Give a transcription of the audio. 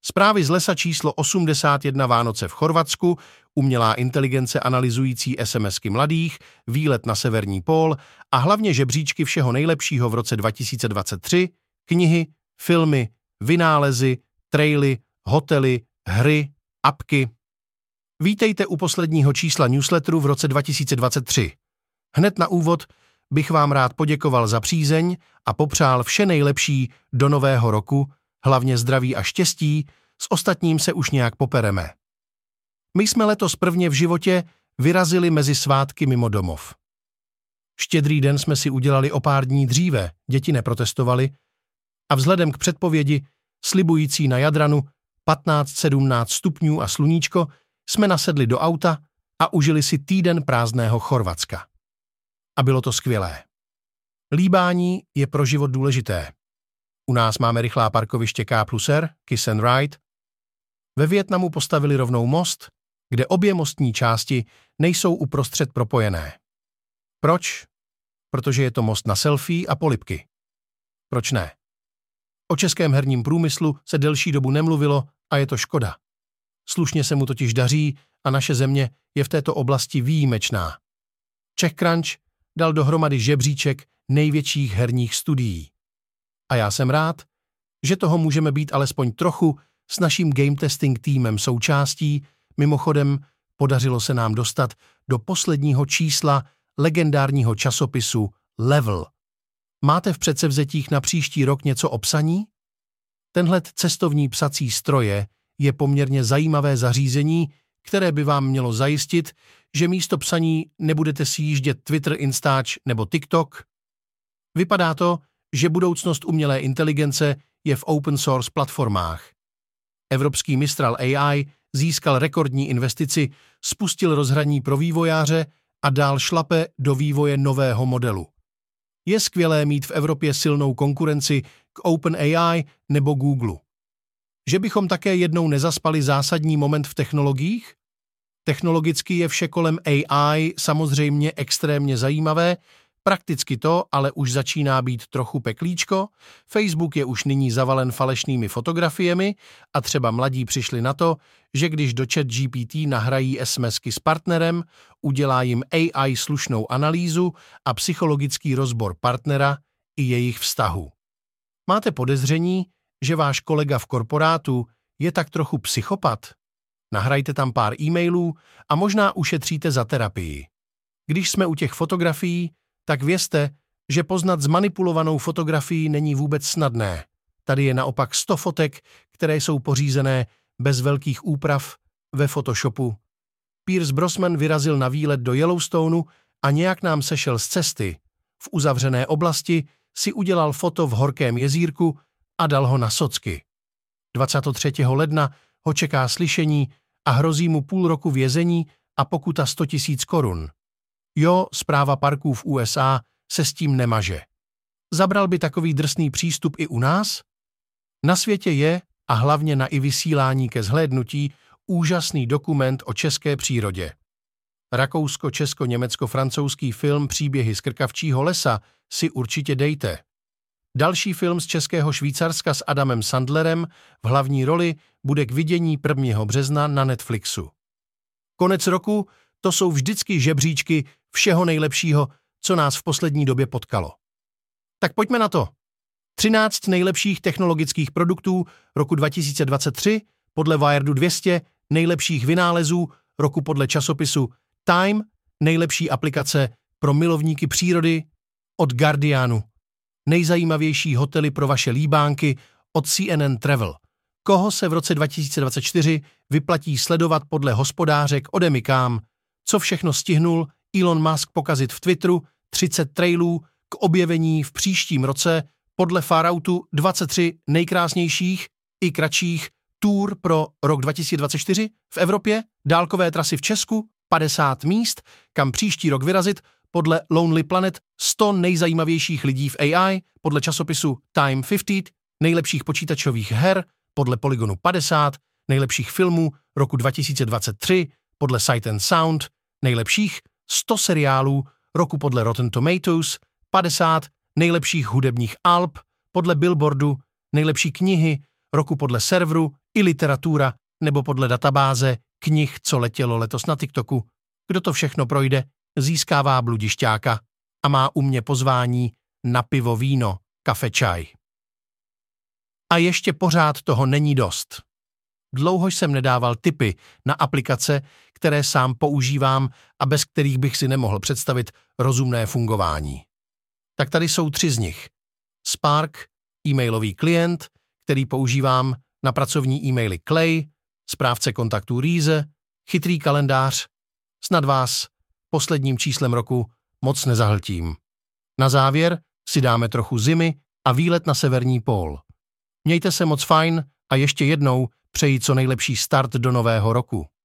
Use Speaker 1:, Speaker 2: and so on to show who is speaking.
Speaker 1: Zprávy z lesa číslo 81 Vánoce v Chorvatsku, umělá inteligence analyzující SMSky mladých, výlet na severní pól a hlavně žebříčky všeho nejlepšího v roce 2023, knihy, filmy, vynálezy, traily, hotely, hry, apky. Vítejte u posledního čísla newsletteru v roce 2023. Hned na úvod bych vám rád poděkoval za přízeň a popřál vše nejlepší do nového roku, hlavně zdraví a štěstí, s ostatním se už nějak popereme. My jsme letos prvně v životě vyrazili mezi svátky mimo domov. Štědrý den jsme si udělali o pár dní dříve, děti neprotestovaly a vzhledem k předpovědi, slibující na Jadranu 15–17 stupňů a sluníčko, jsme nasedli do auta a užili si týden prázdného Chorvatska. A bylo to skvělé. Líbání je pro život důležité. U nás máme rychlá parkoviště K+R, Kiss and Ride. Ve Vietnamu postavili rovnou most, kde obě mostní části nejsou uprostřed propojené. Proč? Protože je to most na selfie a polibky. Proč ne? O českém herním průmyslu se delší dobu nemluvilo a je to škoda. Slušně se mu totiž daří a naše země je v této oblasti výjimečná. CzechCrunch dal dohromady žebříček největších herních studií. A já jsem rád, že toho můžeme být alespoň trochu s naším game testing týmem součástí. Mimochodem, podařilo se nám dostat do posledního čísla legendárního časopisu Level. Máte v předsevzetích na příští rok něco o psaní? Tenhle cestovní psací stroje je poměrně zajímavé zařízení, které by vám mělo zajistit, že místo psaní nebudete si jíždět Twitter, Instač nebo TikTok. Vypadá to, že budoucnost umělé inteligence je v open source platformách. Evropský Mistral AI získal rekordní investici, spustil rozhraní pro vývojáře a dál šlape do vývoje nového modelu. Je skvělé mít v Evropě silnou konkurenci k OpenAI nebo Google. Že bychom také jednou nezaspali zásadní moment v technologiích? Technologicky je vše kolem AI samozřejmě extrémně zajímavé, prakticky to ale už začíná být trochu peklíčko. Facebook je už nyní zavalen falešnými fotografiemi a třeba mladí přišli na to, že když do ChatGPT nahrají SMSky s partnerem, udělá jim AI slušnou analýzu a psychologický rozbor partnera i jejich vztahu. Máte podezření, že váš kolega v korporátu je tak trochu psychopat? Nahrajte tam pár e-mailů a možná ušetříte za terapii. Když jsme u těch fotografií, tak vězte, že poznat zmanipulovanou fotografii není vůbec snadné. Tady je naopak 100 fotek, které jsou pořízené bez velkých úprav ve Photoshopu. Pierce Brosnan vyrazil na výlet do Yellowstoneu a nějak nám sešel z cesty. V uzavřené oblasti si udělal foto v horkém jezírku a dal ho na socky. 23. ledna ho čeká slyšení a hrozí mu půl roku vězení a pokuta 100 000 korun. Jo, správa parků v USA se s tím nemaže. Zabral by takový drsný přístup i u nás? Na světě je, a hlavně na i vysílání ke zhlédnutí, úžasný dokument o české přírodě. Rakousko-česko-německo-francouzský film Příběhy z krkavčího lesa si určitě dejte. Další film z českého Švýcarska s Adamem Sandlerem v hlavní roli bude k vidění 1. března na Netflixu. Konec roku, to jsou vždycky žebříčky všeho nejlepšího, co nás v poslední době potkalo. Tak pojďme na to. 13 nejlepších technologických produktů roku 2023 podle Wiredu 200, nejlepších vynálezů roku podle časopisu Time, nejlepší aplikace pro milovníky přírody od Guardianu, nejzajímavější hotely pro vaše líbánky od CNN Travel, koho se v roce 2024 vyplatí sledovat podle hospodářek odemykám, co všechno stihnul Elon Musk pokazit v Twitteru, 30 trailů k objevení v příštím roce podle Faroutu 23 nejkrásnějších i kratších tour pro rok 2024 v Evropě, dálkové trasy v Česku, 50 míst, kam příští rok vyrazit podle Lonely Planet, 100 nejzajímavějších lidí v AI podle časopisu Time 50, nejlepších počítačových her podle Polygonu 50, nejlepších filmů roku 2023 podle Sight and Sound, nejlepších 100 seriálů roku podle Rotten Tomatoes, 50 nejlepších hudebních alb podle Billboardu, nejlepší knihy roku podle serveru I literatura nebo podle databáze knih, co letělo letos na TikToku. Kdo to všechno projde, získává bludišťáka a má u mě pozvání na pivo, víno, kafe, čaj. A ještě pořád toho není dost. Dlouho jsem nedával tipy na aplikace, které sám používám a bez kterých bych si nemohl představit rozumné fungování. Tak tady jsou 3 z nich. Spark, e-mailový klient, který používám na pracovní e-maily Clay, správce kontaktů Reeze, chytrý kalendář, snad vás posledním číslem roku moc nezahltím. Na závěr si dáme trochu zimy a výlet na severní pól. Mějte se moc fajn a ještě jednou přeji co nejlepší start do nového roku.